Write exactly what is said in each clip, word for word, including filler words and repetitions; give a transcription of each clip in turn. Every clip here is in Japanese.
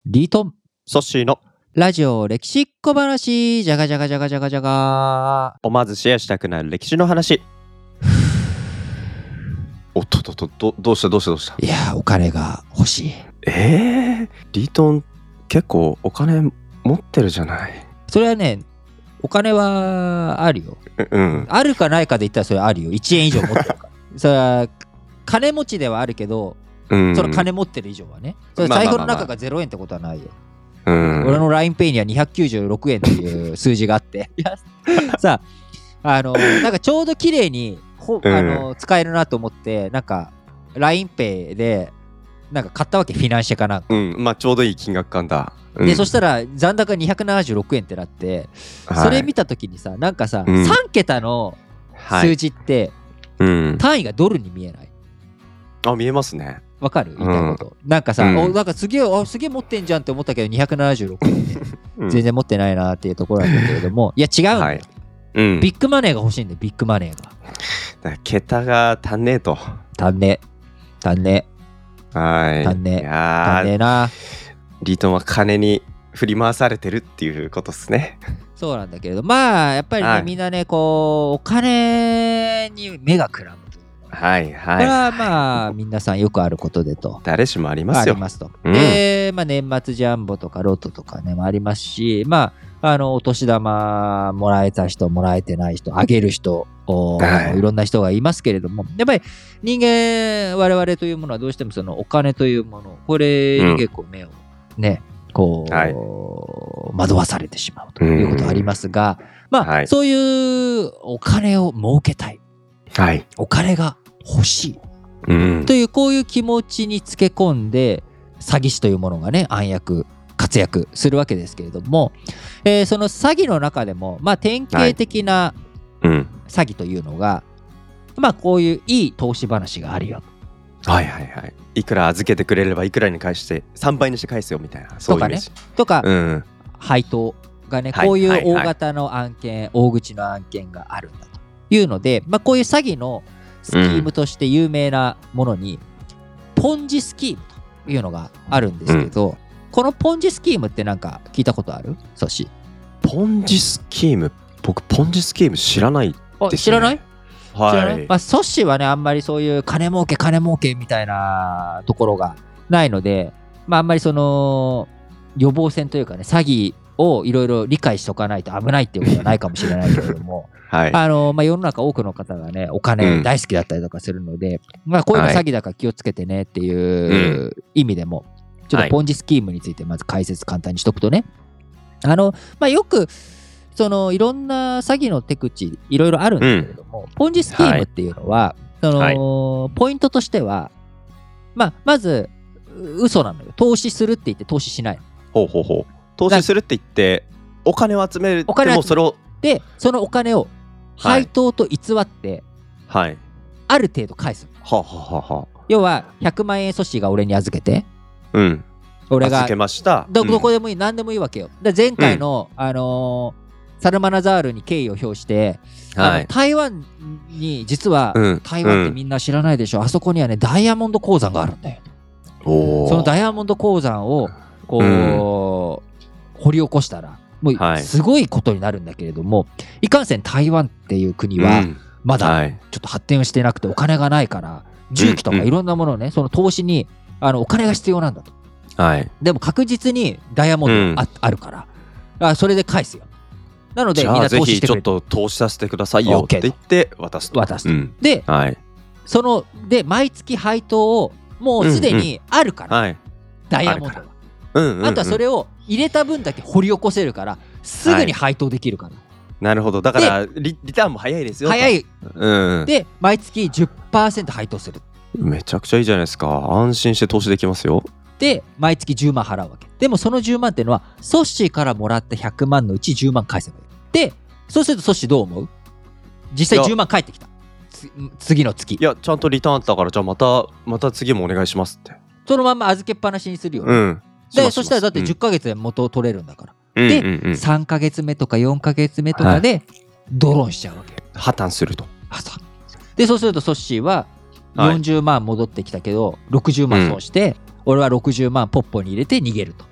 リートンソッシーのラジオ歴史小話、じゃがじゃがじゃがじゃがじゃが。 思わずシェアしたくなる歴史の話。おっとっとっと、どどうしたどうしたどうした。 いや、お金が欲しい。 えー、リートン結構お金持ってるじゃない。 それはね、お金はあるよ。 うん。 あるかないかで言ったらそれあるよ。いちえん以上持ってるから。それは金持ちではあるけど、 うん、 その金持ってる以上はね。それ財布の中がゼロえんってことはないよ。 うん、 俺の ラインペイ にはにひゃくきゅうじゅうろくえんっていう数字があっていやさあ、あのなんかちょうど綺麗にほ、あの、うん、使えるなと思ってなんか ラインペイ でなんか買ったわけ、フィナンシェかなんか、 うん、まあちょうどいい金額感だ、うん、 でそしたら残高にひゃくななじゅうろくえんってなって、はい、それ見た時にさ、なんかさ、うん、さんけたの数字って、はい、うん、単位がドルに見えない？ あ、見えますね。 わかる言いたいこと、うん、なんかさ、うん、おなんかすげえあすげえ持ってんじゃんって思ったけどにひゃくななじゅうろくえんで、うん、全然持ってないなっていうところなんだけれども、いや違うんだよ、はい、うん、ビッグマネーが欲しいんだよ、ビッグマネーが。だから桁が足んねえと。 足んねえ足んねえはい足んねえいや足んねえな。 リートンは金に振り回されてるっていうことですね。 そうなんだけれど、まあやっぱりね、はい、みんなねこうお金に目がくらむ。 はいはい、 これはまあ皆さんよくあることでと、 誰しもありますよ。 ありますと、うん、で、まあ、年末ジャンボとかロトとかねもありますし、まああのお年玉もらえた人もらえてない人あげる人、はい、いろんな人がいますけれども、やっぱり人間我々というものはどうしてもそのお金というもの、これに結構目をね、うん、こう、はい、惑わされてしまうということがありますが、まあ、はい、そういうお金を儲けたい、はい、お金が欲しい、うん、というこういう気持ちにつけ込んで詐欺師というものがね暗躍活躍するわけですけれども、えー、その詐欺の中でもまあ典型的な詐欺というのが、はいうん、まあこういういい投資話があるよ。 はいはいはい。いくら預けてくれればいくらに返してさんばいにして返すよみたいな、そういうイメージとかね、とか、うん、配当がねこういう大型の案件、はいはいはい、大口の案件があるんだというので、まあこういう詐欺のスキームとして有名なものに、うん、ポンジスキームというのがあるんですけど、うん、このポンジスキームってなんか聞いたことある？ソシ。 ポンジスキーム、僕ポンジスキーム知らないですね。 知らない？ はい。 知らない？まあ、ソシはねあんまりそういう金儲け金儲けみたいなところがないので、まああんまりその予防線というかね詐欺をいろいろ理解しておかないと危ないっていうことはないかもしれないけれどもはい、あのまあ、世の中多くの方がねお金大好きだったりとかするので、うんまあ、こういうの詐欺だから気をつけてねっていう意味でも、はい、ちょっとポンジスキームについてまず解説簡単にしとくとね、あの、まあ、よくそのいろんな詐欺の手口いろいろあるんだけれども、うん、ポンジスキームっていうのは、はい、その、はい、ポイントとしては、まあ、まず嘘なのよ。投資するって言って投資しない。 ほうほうほう。投資するって言ってお金を集める、お金をそれをでそのお金を配当と偽って、はい、ある程度返す。 はあ、ははは要はひゃくまんえんソシが俺に預けて、 うん、 俺が預けました。 ど、どこでもいい、うん、何でもいいわけよ。で前回の、うん、あのー、サルマナザールに敬意を表して、はい、台湾に実は、うん、台湾ってみんな知らないでしょ、うん、あそこにはねダイヤモンド鉱山があるんだよ。おそのダイヤモンド鉱山をこう、うん、掘り起こしたらもうすごいことになるんだけれども、はい、いかんせん台湾っていう国はまだちょっと発展してなくてお金がないから重機とかいろんなものをね、うん、その投資にあのお金が必要なんだと、はい、でも確実にダイヤモンド あ,、うん、あるからあそれで返すよ。なのでみんな投資してくれて、 じゃあぜひちょっと投資させてくださいよって言って渡すと渡すと、うん、で、はい、そので毎月配当をもうすでにあるから、うんうんはい、ダイヤモンドはうんうんうん、あとはそれを入れた分だけ掘り起こせるからすぐに配当できるから、はい、 なるほど。だからリ, リターンも早いですよ。 早い、うん、で毎月 じゅっパーセント 配当する。 めちゃくちゃいいじゃないですか。安心して投資できますよ。 で毎月じゅうまん払うわけ。でもそのじゅうまんっていうのはソッシーからもらったひゃくまんのうちじゅうまん返せばいい。でそうするとソッシーどう思う？実際じゅうまん返ってきた次の月。 いやちゃんとリターンあったからじゃあまたまた次もお願いしますってそのまま預けっぱなしにするよね、うんでそしたらだってじゅっかげつで元を取れるんだから、うん、で、うんうんうん、さんかげつめとかよんかげつめとかでドローンしちゃうわけ、はい、 破綻すると。 でそうするとソッシーはよんじゅうまん戻ってきたけどろくじゅうまん損して、うん、俺はろくじゅうまんポッポに入れて逃げると。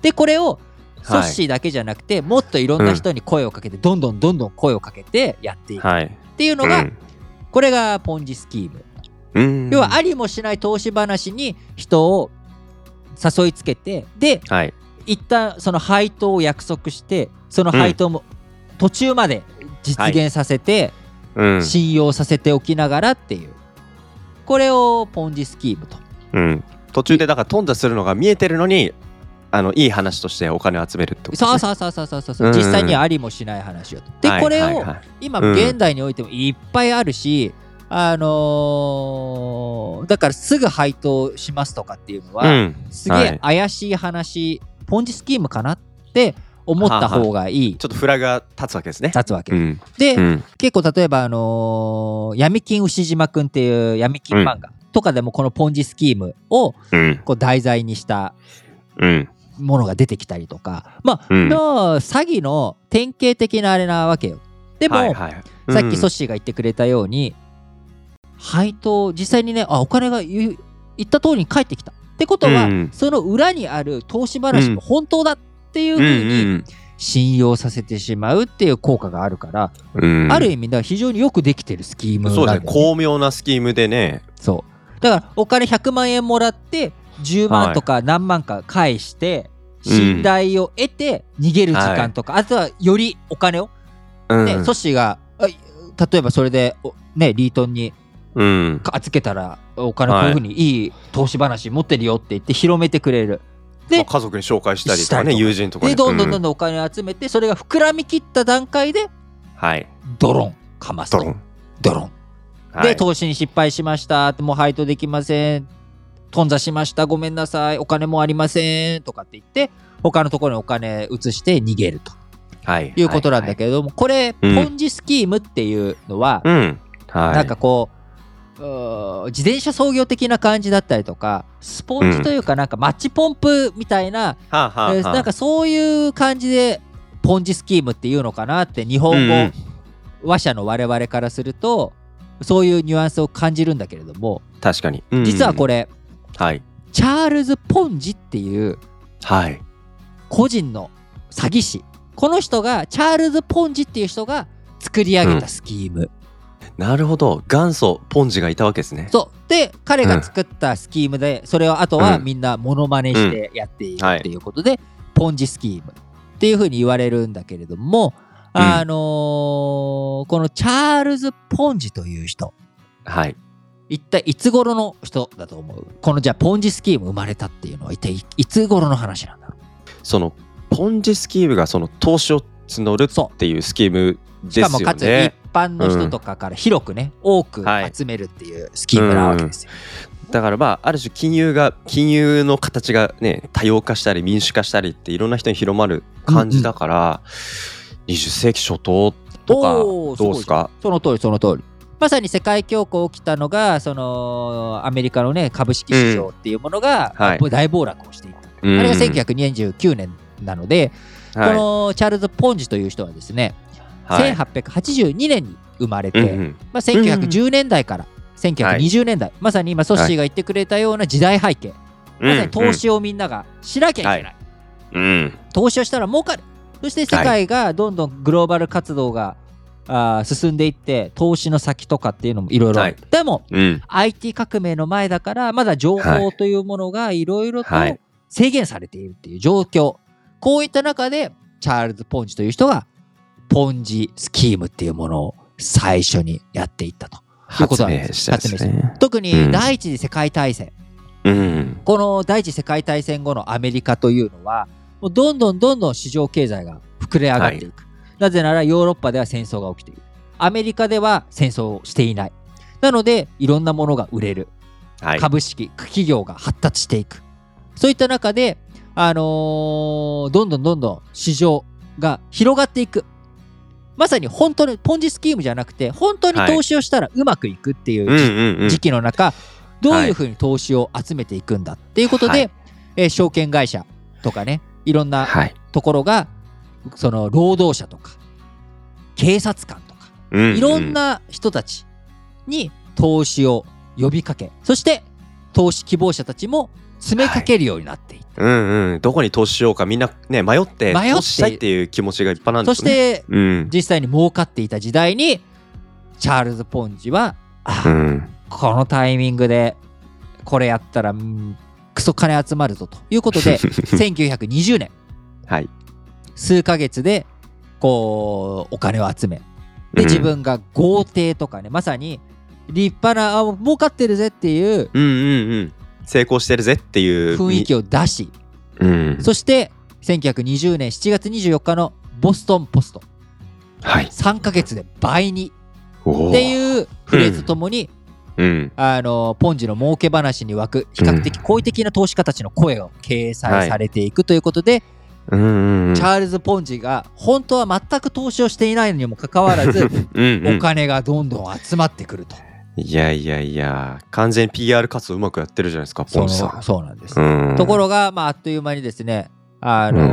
でこれをソッシーだけじゃなくて、はい、もっといろんな人に声をかけて、うん、どんどんどんどん声をかけてやっていくっていうのが、はい、うん、これがポンジスキーム、うん、要はありもしない投資話に人を誘いつけて、で、はい、一旦その配当を約束してその配当も途中まで実現させて、はい、信用させておきながらっていう、これをポンジスキームと、 うん、途中でだから頓挫するのが見えてるのにあのいい話としてお金を集めるってことですね。 そうそうそうそうそうそう、うん、実際にはありもしない話をと。で、はい、これを、はいはい、今現代においてもいっぱいあるし、うん、あのー、だからすぐ配当しますとかっていうのは、うん、すげえ怪しい話、はい、ポンジスキームかなって思った方がいい。ははちょっとフラグが立つわけですね。 立つわけ、うん、で、うん、結構例えば、あのー、闇金牛島くんっていう闇金漫画とかでもこのポンジスキームをこう題材にしたものが出てきたりとか、まあ、うん、の詐欺の典型的なあれなわけよ。でも、はいはいうん、さっきソッシーが言ってくれたように配当実際にね、あお金が言った通りに返ってきたってことは、うん、その裏にある投資話も本当だっていうふうに信用させてしまうっていう効果があるから、うん、ある意味だ非常によくできてるスキームなんだよね。 そうですね、巧妙なスキームでね。 そうだからお金ひゃくまんえんもらってじゅうまんとか何万か返して、はい、信頼を得て逃げる時間とか、うん、あとはよりお金を、うんね、ソッシーが例えばそれで、ね、リートンに預けたらお金こういうふうにいい投資話持ってるよって言って広めてくれる。で、 まあ、家族に紹介したりとかね、友人とかでどんどんどんどんお金を集めて、それが膨らみきった段階で、はい、ドロンかますとドロンドロン、はい、で投資に失敗しましたって、もう配当できません、頓挫しました、ごめんなさい、お金もありませんとかって言って他のところにお金移して逃げると、はい、いうことなんだけれども、はいはい、これ、うん、ポンジスキームっていうのは、うんはい、なんかこう自転車操業的な感じだったりとか、スポンジというかなんかマッチポンプみたいな、うん、なんかそういう感じでポンジスキームっていうのかなって日本語、うん、話者の我々からするとそういうニュアンスを感じるんだけれども、 確かに、うん、 実はこれ、はい、チャールズ・ポンジっていう個人の詐欺師、この人がチャールズ・ポンジっていう人が作り上げたスキーム、うん、 なるほど、元祖ポンジがいたわけですね。 そうで彼が作ったスキームで、うん、それをあとはみんなモノマネしてやっているっていうことで、うんはい、ポンジスキームっていうふうに言われるんだけれども、うん、あのー、このチャールズ・ポンジという人、はい、一体いつ頃の人だと思う？このじゃあポンジスキーム生まれたっていうのは一体いつ頃の話なんだろう？ そのポンジスキームがその投資を募るっていうスキームですよね。しかもかつ一般の人とかから広くね、うん、多く集めるっていうスキームなわけですよ、 うん、だからまあある種金融が金融の形がね多様化したり民主化したりっていろんな人に広まる感じだから、うんうん、にじゅっせいき初頭とかどうですか？ その通りその通り、まさに世界恐慌起きたのがそのアメリカのね株式市場っていうものが、うんはい、大暴落をしていた、うん、あれがせんきゅうひゃくにじゅうきゅうねんなので、はい、このチャールズ・ポンジという人はですね、はい、せんはっぴゃくはちじゅうにねんに生まれて、うんうんまあ、せんきゅうひゃくじゅうねんだいからせんきゅうひゃくにじゅうねんだい、はい、まさに今ソッシーが言ってくれたような時代背景、はい、まさに投資をみんながしなきゃいけない、はいうん、投資をしたら儲かる、そして世界がどんどんグローバル活動があ進んでいって投資の先とかっていうのもいろいろある、でも、うん、アイティー 革命の前だからまだ情報というものがいろいろと制限されているっていう状況、こういった中でチャールズ・ポンジという人がポンジスキームっていうものを最初にやっていったということなんです。発明したですね。特に第一次世界大戦、うん、この第一次世界大戦後のアメリカというのはもうどんどんどんどん市場経済が膨れ上がっていく、はい、なぜならヨーロッパでは戦争が起きている、アメリカでは戦争をしていない、なのでいろんなものが売れる、はい、株式企業が発達していく、そういった中であのー、どんどんどんどん市場が広がっていく、まさに本当にポンジスキームじゃなくて本当に投資をしたらうまくいくっていう時期の中、どういうふうに投資を集めていくんだっていうことで、はいえー、証券会社とかね、いろんなところがその労働者とか警察官とか、うんうん、いろんな人たちに投資を呼びかけ、そして投資希望者たちも詰めかけるようになっていた、 はい、うんうん、どこに投資しようかみんなね迷って投資したいっていう気持ちがいっぱいなんですね。 そして、 うん、 実際に儲かっていた時代にチャールズ・ポンジはあ、うん、このタイミングでこれやったら、うん、クソ金集まるぞということでせんきゅうひゃくにじゅうねん、はい、数ヶ月でこうお金を集めで、自分が豪邸とかね、まさに立派なあ儲かってるぜっていう、 うんうんうん、成功してるぜっていう雰囲気を出し、 うん、 そしてせんきゅうひゃくにじゅうねんしちがつにじゅうよっかのボストンポスト、はい、さんかげつで倍にっていうフレーズともに、うん、あのポンジの儲け話に沸く比較的好意的な投資家たちの声が掲載されていくということで、はい、うんうんうん、チャールズ・ポンジが本当は全く投資をしていないのにもかかわらずうん、お金がどんどん集まってくると。 いやいやいや、完全に ピーアール 活動うまくやってるじゃないですか、ポンジさん。 そう、そうなんです。ところが、まあ、あっという間にですね、あのーうん、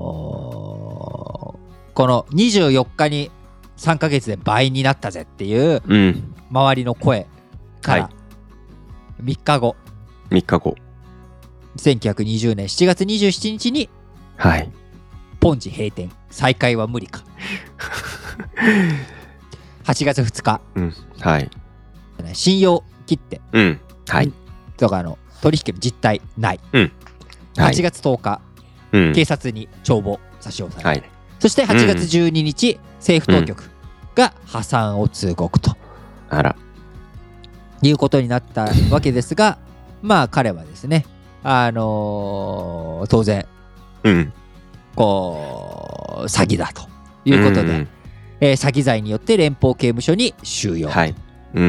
このにじゅうよっかにさんかげつで倍になったぜっていう周りの声からみっかご、 みっかごせんきゅうひゃくにじゅうねんしちがつにじゅうしちにちに、はい、ポンジ閉店、再開は無理かはちがつふつか、うん、はい、信用切手、うん、はい、とかの取引の実態ない、うん、はい、はちがつとおか、うん、警察に帳簿差し押さえ、はい、そしてはちがつじゅうににち、うん、政府当局が破産を通告と、うん、あらいうことになったわけですが、まあ彼はですね、あのー、当然、うん、こう詐欺だということで、うん、えー、詐欺罪によって連邦刑務所に収容、 はい、うん、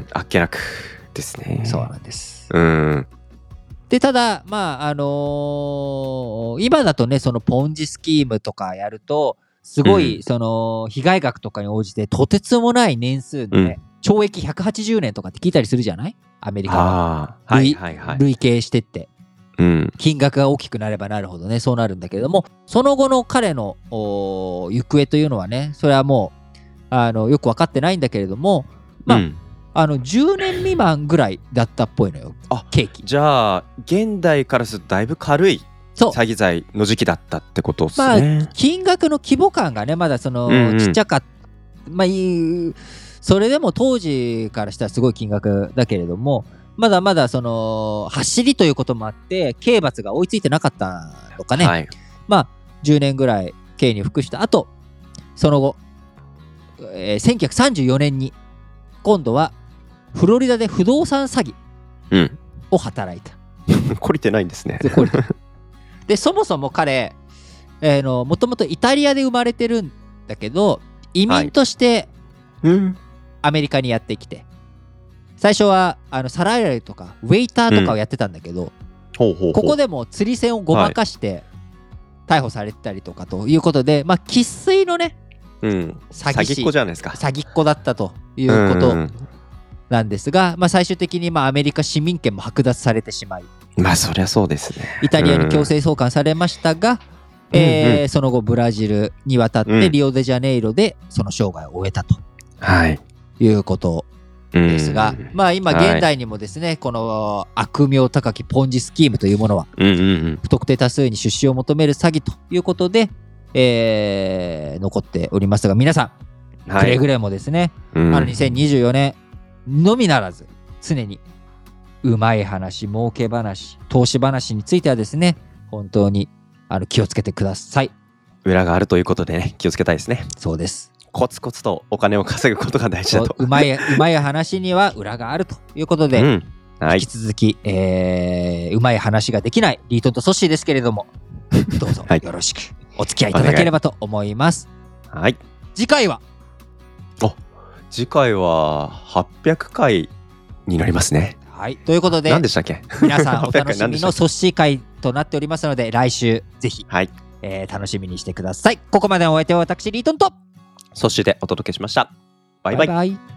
あっけなくですね。 そうなんです。うん、でただまああのー、今だとね、そのポンジスキームとかやるとすごい、うん、その被害額とかに応じてとてつもない年数で、ね、うん、懲役ひゃくはちじゅうねんとかって聞いたりするじゃない、アメリカは、はいはいはい、累計してって、うん、金額が大きくなればなるほどね、そうなるんだけれども、その後の彼の行方というのはね、それはもうあのよく分かってないんだけれども、まあ、うん、あのじゅうねん未満ぐらいだったっぽいのよ、あ、刑期。 じゃあ現代からするとだいぶ軽い詐欺罪の時期だったってことですね。 まあ、金額の規模感がねまだその、うんうん、ちっちゃかった、まあいい、それでも当時からしたらすごい金額だけれども、まだまだその走りということもあって刑罰が追いついてなかったとかね、はい、まあじゅうねんぐらい刑に服した後、その後、えー、せんきゅうひゃくさんじゅうよねんに今度はフロリダで不動産詐欺を働いた、 うん、懲りてないんですね。 でそもそも彼、えー、のもともとイタリアで生まれてるんだけど、移民としてアメリカにやってきて、はい、最初はあのサラリーとかウェイターとかをやってたんだけど、うん、ここでも釣り銭をごまかして逮捕されてたりとかということで、はい、まあ生粋のね、 うん、詐欺師、詐欺っ子じゃないですか。 詐欺っ子だったということなんですが、まあ、最終的にまあアメリカ市民権も剥奪されてしまい、 まあそりゃそうですね、 イタリアに強制送還されましたが、うん、えーうんうん、その後ブラジルに渡ってリオデジャネイロでその生涯を終えたと、はい、いうことですが、うん、まあ今現代にもですね、はい、この悪名高きポンジスキームというものは、うんうんうん、不特定多数に出資を求める詐欺ということで、えー、残っておりますが、皆さん、はい、くれぐれもですね、うん、あのにせんにじゅうよねんのみならず常にうまい話、儲け話、投資話についてはですね、本当にあの気をつけてください。 裏があるということでね、気をつけたいですね。 そうです。 コツコツとお金を稼ぐことが大事だと。 うまい、うまい話には裏があるということで、うん、はい、引き続き、えー、うまい話ができないリートンとソッシーですけれども、どうぞよろしくお付き合いいただければと思います。 はい。 次回はあ、次回ははっぴゃくかいになりますね。 はい。ということで、 何でしたっけ？ 皆さんお楽しみのソッシー会となっておりますので、来週ぜひ、はい、えー、楽しみにしてください。ここまでのお相手は私リートンとソッシーでお届けしました。バイバイ。バイバイ。